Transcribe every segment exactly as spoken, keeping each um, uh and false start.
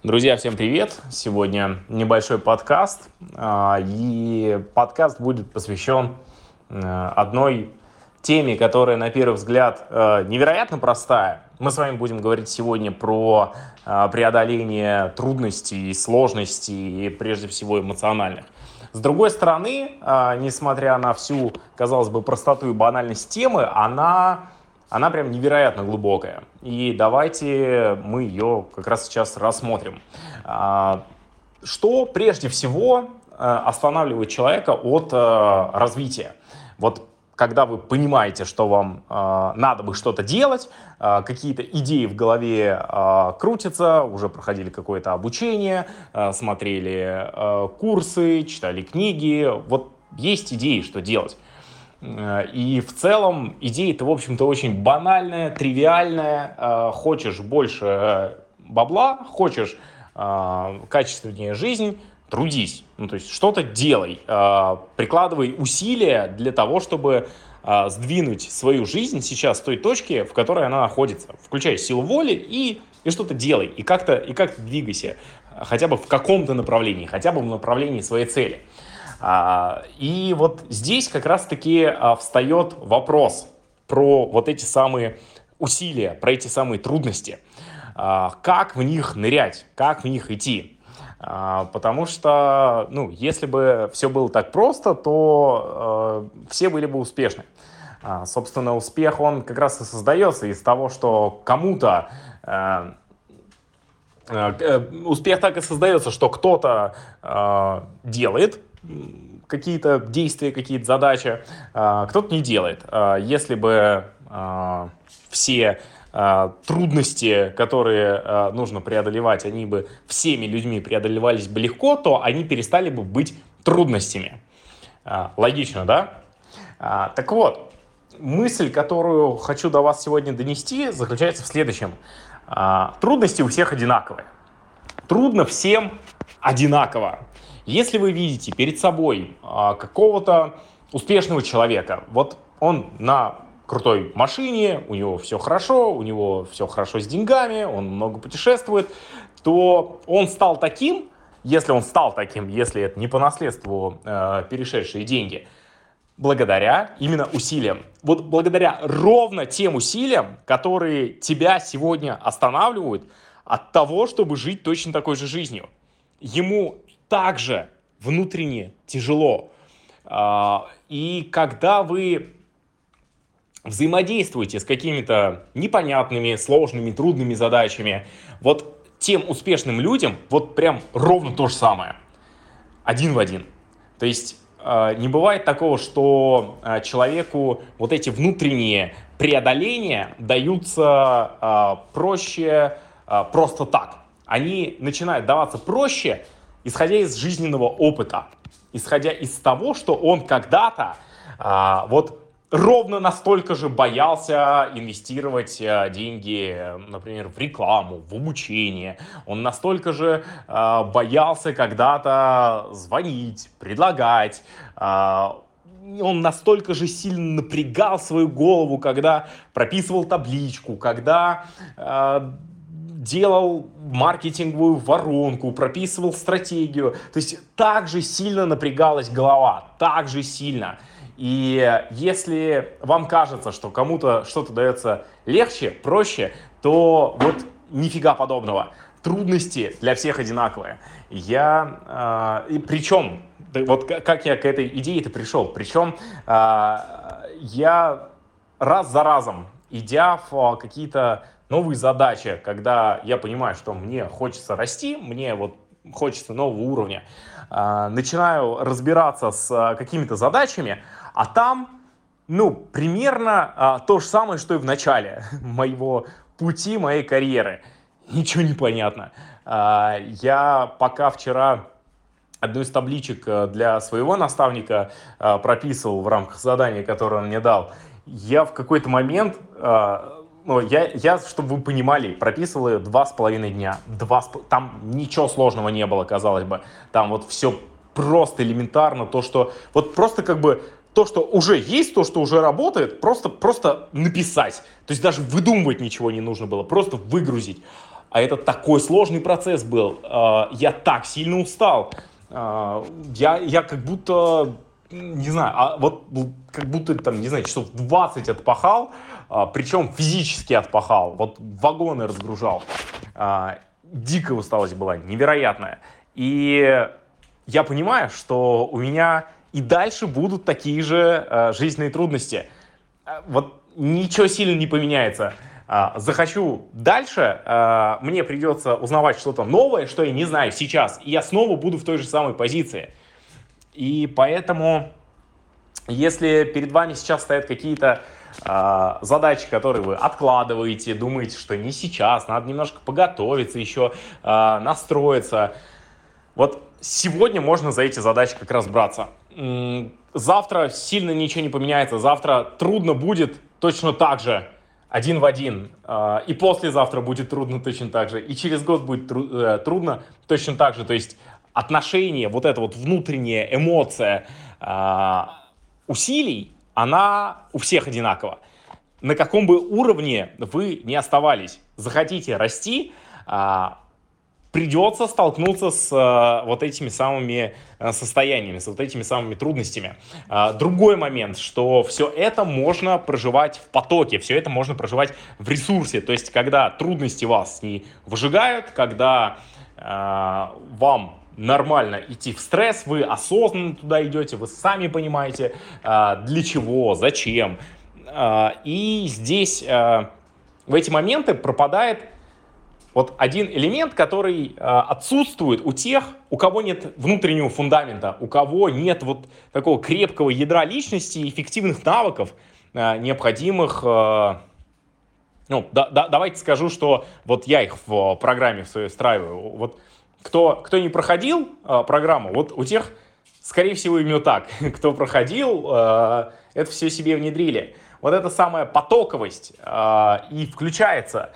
Друзья, всем привет! Сегодня небольшой подкаст, а, и подкаст будет посвящен а, одной теме, которая, на первый взгляд, а, невероятно простая. Мы с вами будем говорить сегодня про а, преодоление трудностей, сложностей, и прежде всего эмоциональных. С другой стороны, а, несмотря на всю, казалось бы, простоту и банальность темы, она... Она прям невероятно глубокая. И давайте мы ее как раз сейчас рассмотрим. Что прежде всего останавливает человека от развития? Вот когда вы понимаете, что вам надо бы что-то делать, какие-то идеи в голове крутятся, уже проходили какое-то обучение, смотрели курсы, читали книги. Вот есть идеи, что делать. И в целом идея-то, в общем-то, очень банальная, тривиальная. Хочешь больше бабла, хочешь качественнее жизнь, трудись. Ну, то есть что-то делай, прикладывай усилия для того, чтобы сдвинуть свою жизнь сейчас с той точки, в которой она находится. Включай силу воли и, и что-то делай, и как-то, и как-то двигайся, хотя бы в каком-то направлении, хотя бы в направлении своей цели. И вот здесь как раз-таки встает вопрос про вот эти самые усилия, про эти самые трудности. Как в них нырять, как в них идти? Потому что, ну, если бы все было так просто, то э, все были бы успешны. Собственно, успех, он как раз и создается из того, что кому-то... Э, Успех так и создается, что кто-то э, делает какие-то действия, какие-то задачи, кто-то не делает. Если бы все трудности, которые нужно преодолевать, они бы всеми людьми преодолевались бы легко, то они перестали бы быть трудностями. Логично, да? Так вот, мысль, которую хочу до вас сегодня донести, заключается в следующем. Трудности у всех одинаковые. Трудно всем одинаково. Если вы видите перед собой а, какого-то успешного человека, вот он на крутой машине, у него все хорошо, у него все хорошо с деньгами, он много путешествует, то он стал таким, если он стал таким, если это не по наследству э, перешедшие деньги, благодаря именно усилиям. Вот благодаря ровно тем усилиям, которые тебя сегодня останавливают от того, чтобы жить точно такой же жизнью. Ему также внутренне тяжело. И когда вы взаимодействуете с какими-то непонятными, сложными, трудными задачами, вот тем успешным людям вот прям ровно то же самое. Один в один. То есть не бывает такого, что человеку вот эти внутренние преодоления даются проще просто так. Они начинают даваться проще, исходя из жизненного опыта, исходя из того, что он когда-то а, вот ровно настолько же боялся инвестировать а, деньги, например, в рекламу, в обучение. Он настолько же а, боялся когда-то звонить, предлагать. А, он настолько же сильно напрягал свою голову, когда прописывал табличку, когда... А, делал маркетинговую воронку, прописывал стратегию. То есть так же сильно напрягалась голова, так же сильно. И если вам кажется, что кому-то что-то дается легче, проще, то вот нифига подобного. Трудности для всех одинаковые. Я, э, и причем, вот как я к этой идее-то пришел, причем э, я раз за разом, идя в какие-то новые задачи, когда я понимаю, что мне хочется расти, мне вот хочется нового уровня, э, начинаю разбираться с какими-то задачами, а там, ну, примерно э, то же самое, что и в начале моего пути, моей карьеры. Ничего не понятно. Э, я пока вчера одну из табличек для своего наставника э, прописывал в рамках задания, которое он мне дал, я в какой-то момент... Э, Ну, я, я, чтобы вы понимали, прописывал ее два с половиной дня. Два, там ничего сложного не было, казалось бы. Там вот все просто элементарно. То, что... Вот просто как бы... То, что уже есть, то, что уже работает, просто, просто написать. То есть даже выдумывать ничего не нужно было. Просто выгрузить. а это такой сложный процесс был. Я так сильно устал. Я, я как будто, не знаю, а вот как будто там, не знаю, часов двадцать отпахал, причем физически отпахал, вот вагоны разгружал. Дикая усталость была, невероятная. И я понимаю, что у меня и дальше будут такие же жизненные трудности. Вот ничего сильно не поменяется. Захочу дальше, мне придется узнавать что-то новое, что я не знаю сейчас, и я снова буду в той же самой позиции. И поэтому, если перед вами сейчас стоят какие-то задачи, которые вы откладываете, думаете, что не сейчас, надо немножко поготовиться еще, настроиться, вот сегодня можно за эти задачи как раз браться. Завтра сильно ничего не поменяется, завтра трудно будет точно так же, один в один. И послезавтра будет трудно точно так же, и через год будет тру- трудно точно так же. То есть отношение, вот эта вот внутренняя эмоция усилий, она у всех одинакова. На каком бы уровне вы ни оставались, захотите расти, придется столкнуться с э, вот этими самыми э, состояниями, с вот этими самыми трудностями. Э, другой момент, что все это можно проживать в потоке, все это можно проживать в ресурсе. То есть, когда трудности вас не выжигают, когда э, вам нормально идти в стресс, вы осознанно туда идете, вы сами понимаете, э, для чего, зачем. Э, и здесь э, в эти моменты пропадает вот один элемент, который э, отсутствует у тех, у кого нет внутреннего фундамента, у кого нет вот такого крепкого ядра личности и эффективных навыков, э, необходимых. Э, ну, да, да, давайте скажу, что вот я их в программе в своей встраиваю. Вот кто, кто не проходил э, программу, вот у тех, скорее всего, именно так. Кто проходил, э, это все себе внедрили. Вот эта самая потоковость э, и включается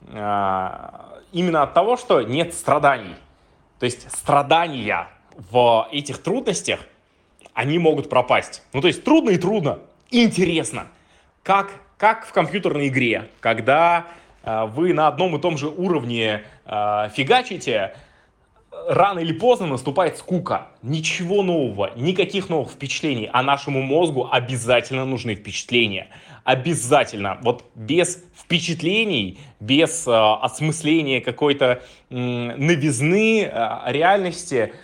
именно от того, что нет страданий. То есть страдания в этих трудностях, они могут пропасть. Ну, то есть трудно и трудно, и интересно. Как, как в компьютерной игре, когда э, вы на одном и том же уровне э, фигачите, рано или поздно наступает скука. Ничего нового, никаких новых впечатлений. А нашему мозгу обязательно нужны впечатления. Обязательно. Вот без впечатлений, без э, осмысления какой-то э, новизны э, реальности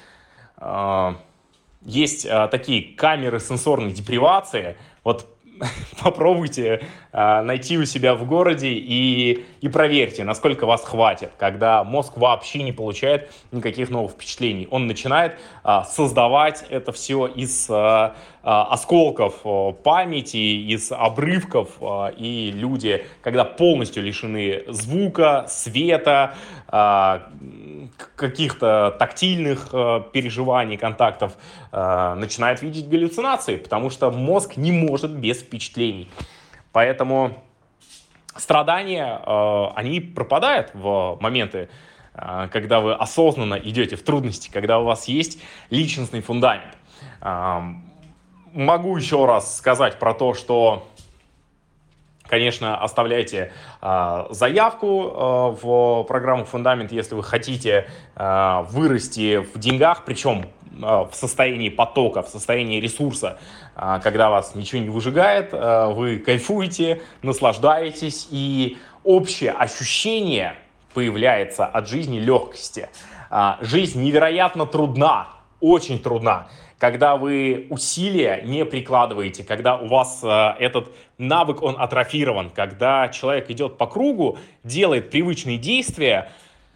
э, есть э, такие камеры сенсорной депривации. Вот попробуйте э, найти у себя в городе и, и проверьте, насколько вас хватит, когда мозг вообще не получает никаких новых впечатлений. Он начинает э, создавать это все из э, э, осколков э, памяти, из обрывков, э, и люди, когда полностью лишены звука, света, э, каких-то тактильных э, переживаний, контактов, э, начинают видеть галлюцинации, потому что мозг не может без впечатлений. Поэтому страдания, э, они пропадают в моменты, э, когда вы осознанно идете в трудности, когда у вас есть личностный фундамент. Э, могу еще раз сказать про то, что, конечно, оставляйте э, заявку э, в программу «Фундамент», если вы хотите э, вырасти в деньгах, причем э, в состоянии потока, в состоянии ресурса, э, когда вас ничего не выжигает, э, вы кайфуете, наслаждаетесь, и общее ощущение появляется от жизни легкости. Э, жизнь невероятно трудна, очень трудна. Когда вы усилия не прикладываете, когда у вас э, этот навык, он атрофирован, когда человек идет по кругу, делает привычные действия,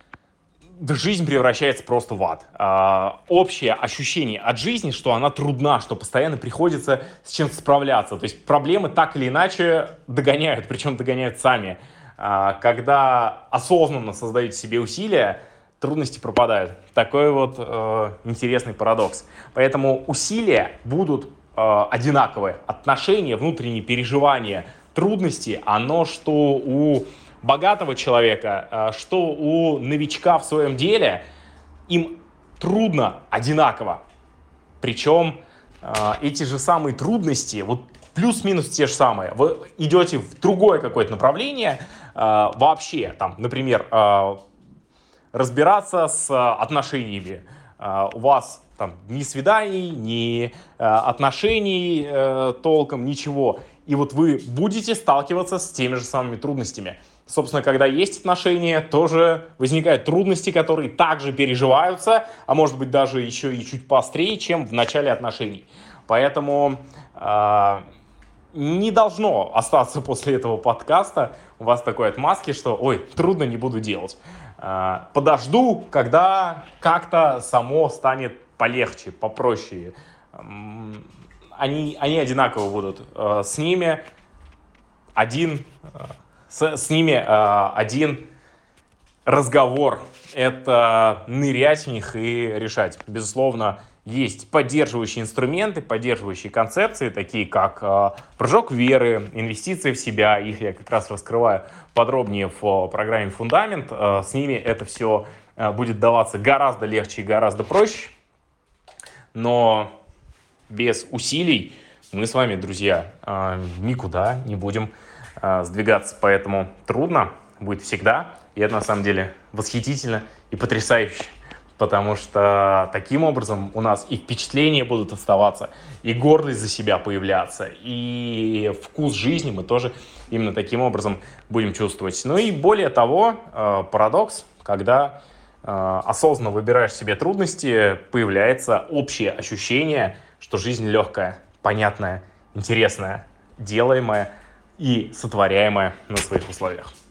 жизнь превращается просто в ад. Э, общее ощущение от жизни, что она трудна, что постоянно приходится с чем-то справляться. То есть проблемы так или иначе догоняют, причем догоняют сами. Э, когда осознанно создаете себе усилия, трудности пропадают. Такой вот э, интересный парадокс. Поэтому усилия будут э, одинаковые. Отношения, внутренние переживания, трудности, оно что у богатого человека, э, что у новичка в своем деле, им трудно одинаково. Причем э, эти же самые трудности, вот плюс-минус те же самые, вы идете в другое какое-то направление, э, вообще, там, например, э, разбираться с отношениями. У вас там ни свиданий, ни отношений толком, ничего. И вот вы будете сталкиваться с теми же самыми трудностями. Собственно, когда есть отношения, тоже возникают трудности, которые также переживаются, а может быть даже еще и чуть поострее, чем в начале отношений. Поэтому э, не должно остаться после этого подкаста у вас такой отмазки, что «ой, трудно, не буду делать». Э, подожду, когда как-то само станет полегче, попроще. Они, они одинаково будут. Э, с ними один... Э, С, с ними э, один разговор – это нырять в них и решать. Безусловно, есть поддерживающие инструменты, поддерживающие концепции, такие как э, прыжок веры, инвестиции в себя. Их я как раз раскрываю подробнее в программе «Фундамент». Э, с ними это все э, будет даваться гораздо легче и гораздо проще. Но без усилий мы с вами, друзья, э, никуда не будем сдвигаться, поэтому трудно будет всегда, и это на самом деле восхитительно и потрясающе, потому что таким образом у нас и впечатления будут оставаться, и гордость за себя появляться, и вкус жизни мы тоже именно таким образом будем чувствовать. Ну и более того, парадокс, когда осознанно выбираешь себе трудности, появляется общее ощущение, что жизнь легкая, понятная, интересная, делаемая и сотворяемое на своих условиях.